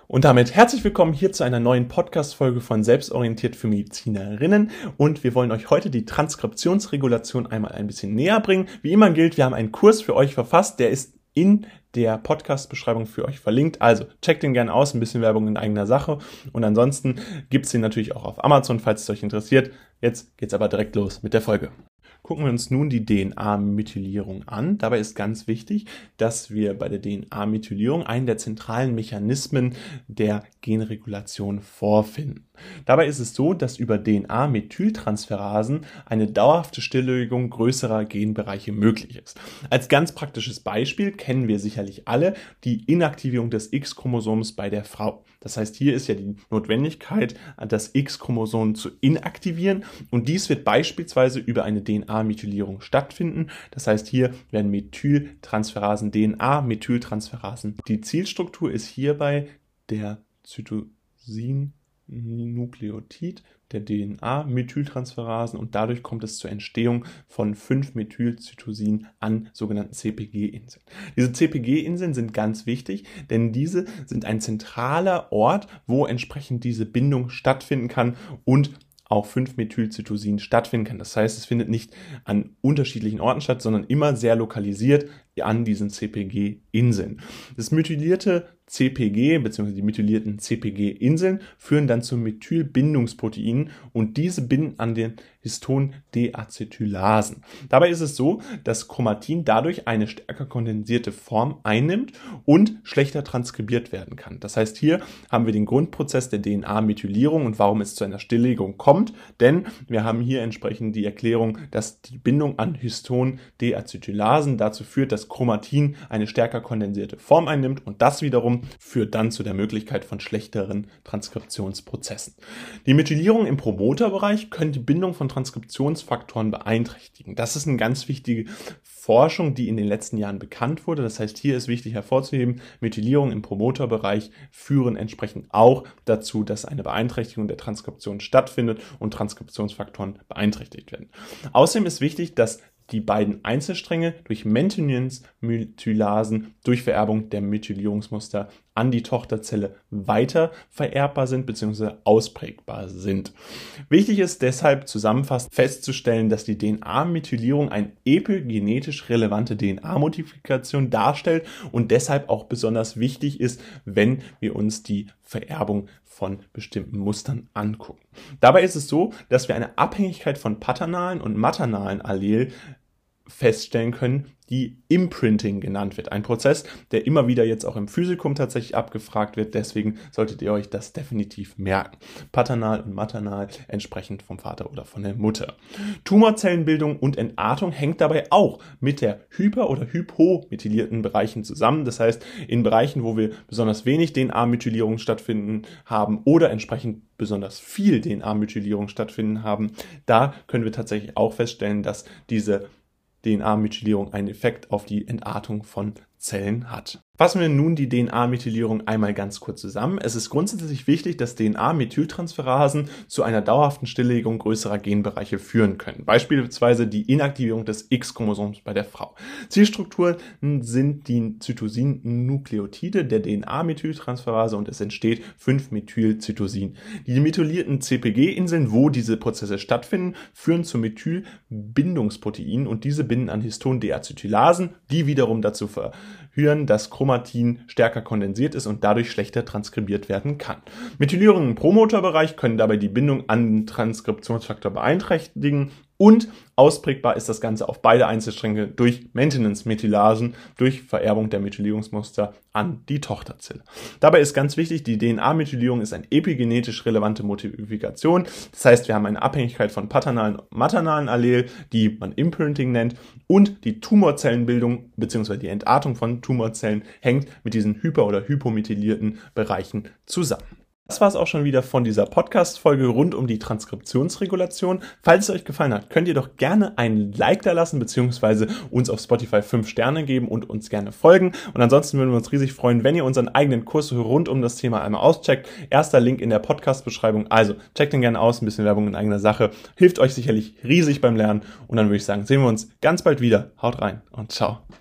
Und damit herzlich willkommen hier zu einer neuen Podcast-Folge von Selbstorientiert für Medizinerinnen. Und wir wollen euch heute die Transkriptionsregulation einmal ein bisschen näher bringen. Wie immer gilt, wir haben einen Kurs für euch verfasst, der ist in der Podcast-Beschreibung für euch verlinkt. Also checkt den gerne aus, ein bisschen Werbung in eigener Sache. Und ansonsten gibt es den natürlich auch auf Amazon, falls es euch interessiert. Jetzt geht's aber direkt los mit der Folge. Gucken wir uns nun die DNA-Methylierung an. Dabei ist ganz wichtig, dass wir bei der DNA-Methylierung einen der zentralen Mechanismen der Genregulation vorfinden. Dabei ist es so, dass über DNA-Methyltransferasen eine dauerhafte Stilllegung größerer Genbereiche möglich ist. Als ganz praktisches Beispiel kennen wir sicherlich alle die Inaktivierung des X-Chromosoms bei der Frau. Das heißt, hier ist ja die Notwendigkeit, das X-Chromosom zu inaktivieren, und dies wird beispielsweise über eine DNA-Methylierung stattfinden. Das heißt, hier werden Methyltransferasen, DNA-Methyltransferasen. Die Zielstruktur ist hierbei der Cytosin-Nukleotid der DNA-Methyltransferasen, und dadurch kommt es zur Entstehung von 5-Methylcytosin an sogenannten CpG-Inseln. Diese CpG-Inseln sind ganz wichtig, denn diese sind ein zentraler Ort, wo entsprechend diese Bindung stattfinden kann und auch 5-Methylcytosin stattfinden kann. Das heißt, es findet nicht an unterschiedlichen Orten statt, sondern immer sehr lokalisiert an diesen CpG-Inseln. Das methylierte CpG bzw. die methylierten CpG-Inseln führen dann zu Methylbindungsproteinen, und diese binden an den Histon-Deacetylasen. Dabei ist es so, dass Chromatin dadurch eine stärker kondensierte Form einnimmt und schlechter transkribiert werden kann. Das heißt, hier haben wir den Grundprozess der DNA-Methylierung und warum es zu einer Stilllegung kommt, denn wir haben hier entsprechend die Erklärung, dass die Bindung an Histon-Deacetylasen dazu führt, dass Chromatin eine stärker kondensierte Form einnimmt, und das wiederum führt dann zu der Möglichkeit von schlechteren Transkriptionsprozessen. Die Methylierung im Promoterbereich können die Bindung von Transkriptionsfaktoren beeinträchtigen. Das ist eine ganz wichtige Forschung, die in den letzten Jahren bekannt wurde. Das heißt, hier ist wichtig hervorzuheben, Methylierung im Promoterbereich führen entsprechend auch dazu, dass eine Beeinträchtigung der Transkription stattfindet und Transkriptionsfaktoren beeinträchtigt werden. Außerdem ist wichtig, dass die beiden Einzelstränge durch Maintenance-Methylasen durch Vererbung der Methylierungsmuster an die Tochterzelle weiter vererbbar sind bzw. ausprägbar sind. Wichtig ist deshalb zusammenfassend festzustellen, dass die DNA-Methylierung eine epigenetisch relevante DNA-Modifikation darstellt und deshalb auch besonders wichtig ist, wenn wir uns die Vererbung von bestimmten Mustern angucken. Dabei ist es so, dass wir eine Abhängigkeit von paternalen und maternalen Allel feststellen können, die Imprinting genannt wird. Ein Prozess, der immer wieder jetzt auch im Physikum tatsächlich abgefragt wird. Deswegen solltet ihr euch das definitiv merken. Paternal und maternal entsprechend vom Vater oder von der Mutter. Tumorzellenbildung und Entartung hängt dabei auch mit der hyper- oder hypomethylierten Bereichen zusammen. Das heißt, in Bereichen, wo wir besonders wenig DNA-Methylierung stattfinden haben oder entsprechend besonders viel DNA-Methylierung stattfinden haben, da können wir tatsächlich auch feststellen, dass diese DNA-Methylierung einen Effekt auf die Entartung von Zellen hat. Fassen wir nun die DNA-Methylierung einmal ganz kurz zusammen. Es ist grundsätzlich wichtig, dass DNA-Methyltransferasen zu einer dauerhaften Stilllegung größerer Genbereiche führen können. Beispielsweise die Inaktivierung des X-Chromosoms bei der Frau. Zielstrukturen sind die Cytosin-Nukleotide der DNA-Methyltransferase und es entsteht 5-Methylcytosin. Die methylierten CpG-Inseln, wo diese Prozesse stattfinden, führen zu Methylbindungsproteinen und diese binden an Histon-Deacetylasen, die wiederum dazu verhindern, dass Chromatin stärker kondensiert ist und dadurch schlechter transkribiert werden kann. Methylierungen im Promoterbereich können dabei die Bindung an den Transkriptionsfaktor beeinträchtigen, und ausprägbar ist das Ganze auf beide Einzelstränge durch Maintenance-Methylasen, durch Vererbung der Methylierungsmuster an die Tochterzelle. Dabei ist ganz wichtig, die DNA-Methylierung ist eine epigenetisch relevante Modifikation. Das heißt, wir haben eine Abhängigkeit von paternalen und maternalen Allel, die man Imprinting nennt, und die Tumorzellenbildung bzw. die Entartung von Tumorzellen hängt mit diesen hyper- oder hypomethylierten Bereichen zusammen. Das war es auch schon wieder von dieser Podcast-Folge rund um die Transkriptionsregulation. Falls es euch gefallen hat, könnt ihr doch gerne ein Like da lassen, beziehungsweise uns auf Spotify 5 Sterne geben und uns gerne folgen. Und ansonsten würden wir uns riesig freuen, wenn ihr unseren eigenen Kurs rund um das Thema einmal auscheckt. Erster Link in der Podcast-Beschreibung. Also checkt den gerne aus, ein bisschen Werbung in eigener Sache. Hilft euch sicherlich riesig beim Lernen. Und dann würde ich sagen, sehen wir uns ganz bald wieder. Haut rein und ciao.